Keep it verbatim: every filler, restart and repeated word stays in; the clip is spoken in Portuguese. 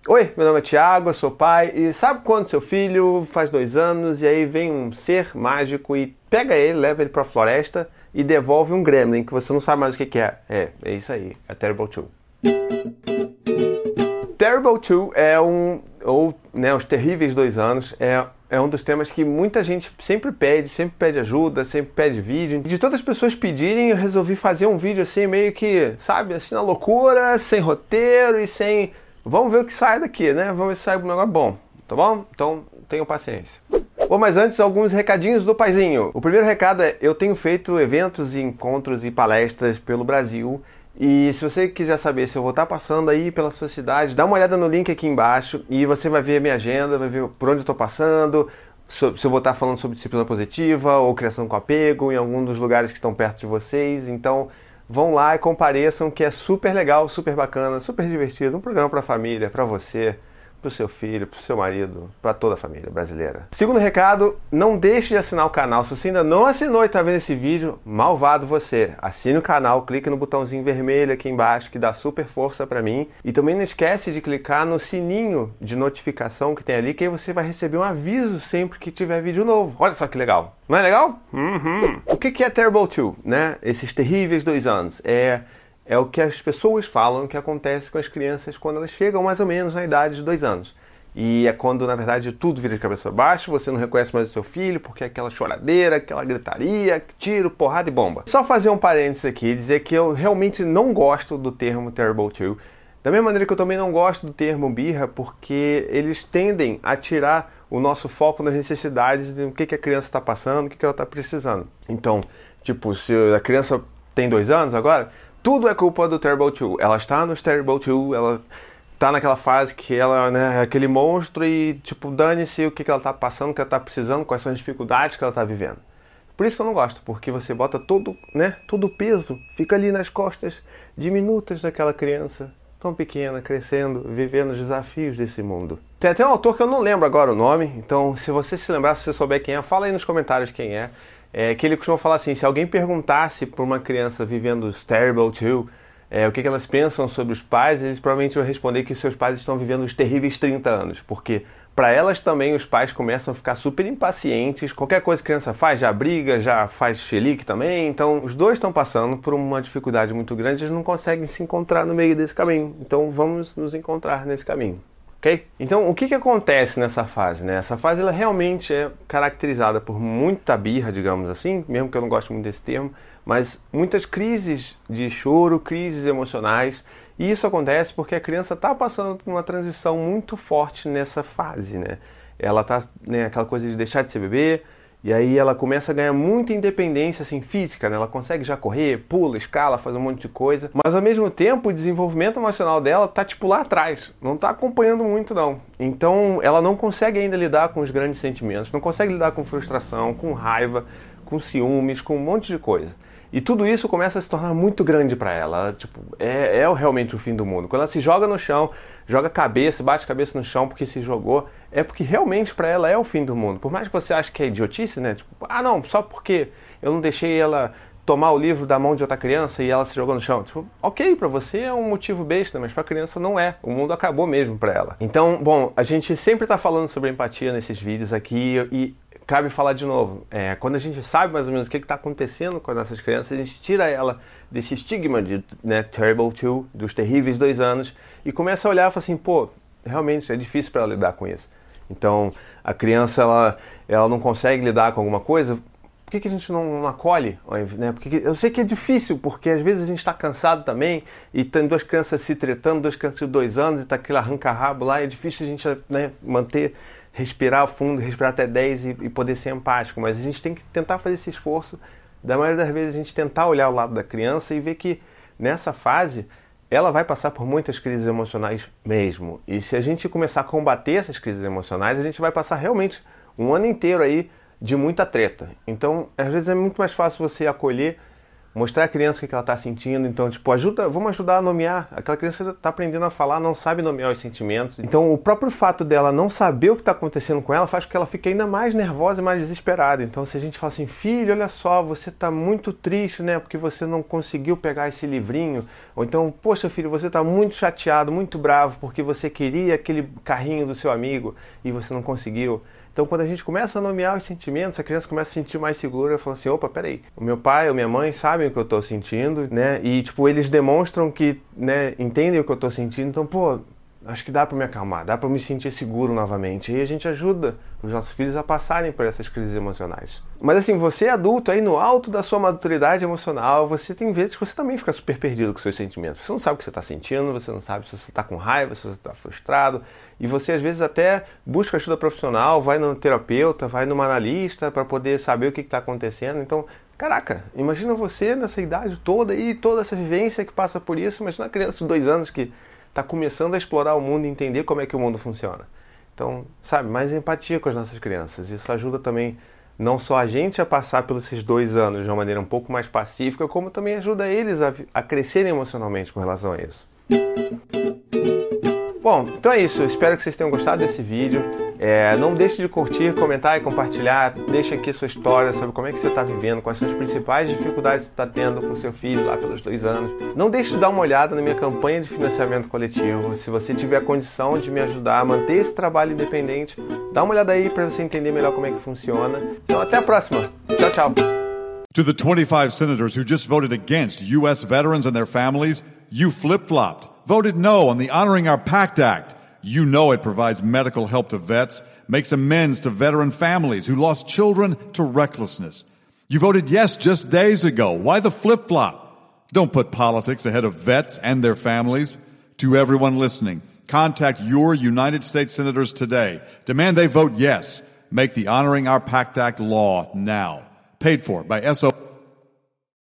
Oi, meu nome é Thiago, eu sou pai e sabe quando seu filho faz dois anos e aí vem um ser mágico e pega ele, leva ele pra floresta e devolve um gremlin que você não sabe mais o que que é. É, é isso aí, é Terrible Two. Terrible Two é um, ou né, os terríveis dois anos, é, é um dos temas que muita gente sempre pede, sempre pede ajuda, sempre pede vídeo. De todas as pessoas pedirem, eu resolvi fazer um vídeo assim, meio que, sabe, assim na loucura, sem roteiro e sem... Vamos ver o que sai daqui, né? Vamos ver se sai um negócio bom, tá bom? Então, tenham paciência. Bom, mas antes, alguns recadinhos do paizinho. O primeiro recado é, eu tenho feito eventos, encontros e palestras pelo Brasil. E se você quiser saber se eu vou estar passando aí pela sua cidade, dá uma olhada no link aqui embaixo e você vai ver a minha agenda, vai ver por onde eu estou passando, se eu vou estar falando sobre disciplina positiva ou criação com apego em algum dos lugares que estão perto de vocês. Então, vão lá e compareçam, que é super legal, super bacana, super divertido. Um programa para a família, para você, para o seu filho, para o seu marido, para toda a família brasileira. Segundo recado, não deixe de assinar o canal. Se você ainda não assinou e está vendo esse vídeo, malvado você. Assine o canal, clique no botãozinho vermelho aqui embaixo, que dá super força para mim. E também não esquece de clicar no sininho de notificação que tem ali, que aí você vai receber um aviso sempre que tiver vídeo novo. Olha só que legal. Não é legal? Uhum. O que é Terrible Two, né? Esses terríveis dois anos. É... É o que as pessoas falam que acontece com as crianças quando elas chegam mais ou menos na idade de dois anos. E é quando, na verdade, tudo vira de cabeça para baixo, você não reconhece mais o seu filho, porque é aquela choradeira, aquela gritaria, tiro, porrada e bomba. Só fazer um parênteses aqui e dizer que eu realmente não gosto do termo Terrible Two. Da mesma maneira que eu também não gosto do termo birra, porque eles tendem a tirar o nosso foco nas necessidades do que, que a criança está passando, o que, que ela está precisando. Então, tipo, se a criança tem dois anos agora... Tudo é culpa do Terrible Two. Ela está nos Terrible Two, ela está naquela fase que ela né, é aquele monstro e, tipo, dane-se o que, que ela está passando, o que ela está precisando, quais são as dificuldades que ela está vivendo. Por isso que eu não gosto, porque você bota todo, né, todo o peso, fica ali nas costas diminutas daquela criança tão pequena, crescendo, vivendo os desafios desse mundo. Tem até um autor que eu não lembro agora o nome, então se você se lembrar, se você souber quem é, fala aí nos comentários quem é. É que ele costuma falar assim, se alguém perguntasse para uma criança vivendo os Terrible Two, é, o que, que elas pensam sobre os pais, eles provavelmente vão responder que seus pais estão vivendo os terríveis trinta anos, porque para elas também os pais começam a ficar super impacientes, qualquer coisa que a criança faz já briga, já faz xilique também, então os dois estão passando por uma dificuldade muito grande, eles não conseguem se encontrar no meio desse caminho, então vamos nos encontrar nesse caminho. Okay? Então, o que, que acontece nessa fase? Né? Essa fase ela realmente é caracterizada por muita birra, digamos assim, mesmo que eu não goste muito desse termo, mas muitas crises de choro, crises emocionais, e isso acontece porque a criança está passando por uma transição muito forte nessa fase. Né? Ela está, né, aquela coisa de deixar de ser bebê, e aí ela começa a ganhar muita independência assim, física, né? Ela consegue já correr, pula, escala, faz um monte de coisa. Mas ao mesmo tempo o desenvolvimento emocional dela tá tipo lá atrás, não tá acompanhando muito não. Então ela não consegue ainda lidar com os grandes sentimentos, não consegue lidar com frustração, com raiva, com ciúmes, com um monte de coisa. E tudo isso começa a se tornar muito grande para ela. Ela, tipo, é, é realmente o fim do mundo. Quando ela se joga no chão, joga a cabeça, bate a cabeça no chão porque se jogou, é porque realmente para ela é o fim do mundo. Por mais que você ache que é idiotice, né? Tipo, ah não, só porque eu não deixei ela tomar o livro da mão de outra criança e ela se jogou no chão. Tipo, ok, para você é um motivo besta, mas para a criança não é. O mundo acabou mesmo para ela. Então, bom, a gente sempre tá falando sobre empatia nesses vídeos aqui e cabe falar de novo, é, quando a gente sabe mais ou menos o que está acontecendo com as nossas crianças, a gente tira ela desse estigma de né, Terrible Two, dos terríveis dois anos, e começa a olhar e fala assim, pô, realmente é difícil para ela lidar com isso. Então, a criança, ela, ela não consegue lidar com alguma coisa, por que, que a gente não, não acolhe? Né? Porque eu sei que é difícil, porque às vezes a gente está cansado também, e tem duas crianças se tretando, duas crianças de dois anos, e está aquele arranca-rabo lá, e é difícil a gente né, manter... respirar fundo, respirar até dez e, e poder ser empático, mas a gente tem que tentar fazer esse esforço, da maioria das vezes a gente tentar olhar o lado da criança e ver que nessa fase ela vai passar por muitas crises emocionais mesmo, e se a gente começar a combater essas crises emocionais, a gente vai passar realmente um ano inteiro aí de muita treta. Então, às vezes é muito mais fácil você acolher mostrar à criança o que ela está sentindo. Então, tipo, ajuda, vamos ajudar a nomear. Aquela criança está aprendendo a falar, não sabe nomear os sentimentos. Então, o próprio fato dela não saber o que está acontecendo com ela faz com que ela fique ainda mais nervosa e mais desesperada. Então, se a gente fala assim, filho, olha só, você está muito triste, né, porque você não conseguiu pegar esse livrinho. Ou então, poxa, filho, você está muito chateado, muito bravo, porque você queria aquele carrinho do seu amigo e você não conseguiu. Então, quando a gente começa a nomear os sentimentos, a criança começa a se sentir mais segura e fala assim, opa, peraí, o meu pai ou minha mãe sabem o que eu estou sentindo, né? E, tipo, eles demonstram que, né, entendem o que eu estou sentindo, então, pô, acho que dá para me acalmar, dá para me sentir seguro novamente. E a gente ajuda os nossos filhos a passarem por essas crises emocionais. Mas assim, você adulto aí no alto da sua maturidade emocional, você tem vezes que você também fica super perdido com seus sentimentos. Você não sabe o que você está sentindo, você não sabe se você está com raiva, se você está frustrado. E você às vezes até busca ajuda profissional, vai no terapeuta, vai numa analista para poder saber o que está acontecendo. Então, caraca, imagina você nessa idade toda e toda essa vivência que passa por isso. Imagina uma criança de dois anos que está começando a explorar o mundo e entender como é que o mundo funciona. Então, sabe, mais empatia com as nossas crianças. Isso ajuda também não só a gente a passar pelos esses dois anos de uma maneira um pouco mais pacífica, como também ajuda eles a, a crescerem emocionalmente com relação a isso. Bom, então é isso. Eu espero que vocês tenham gostado desse vídeo. É, não deixe de curtir, comentar e compartilhar. Deixa aqui sua história sobre como é que você está vivendo, quais são as principais dificuldades que você está tendo com o seu filho lá pelos dois anos. Não deixe de dar uma olhada na minha campanha de financiamento coletivo. Se você tiver a condição de me ajudar a manter esse trabalho independente, dá uma olhada aí para você entender melhor como é que funciona. Então até a próxima. Tchau, tchau. To the twenty-five senators who just voted against U S veterans and their families, you flip-flopped. Voted no on the Honoring Our Pact Act. You know it provides medical help to vets, makes amends to veteran families who lost children to recklessness. You voted yes just days ago. Why the flip-flop? Don't put politics ahead of vets and their families. To everyone listening, contact your United States senators today. Demand they vote yes. Make the Honoring Our Pact Act law now. Paid for by S O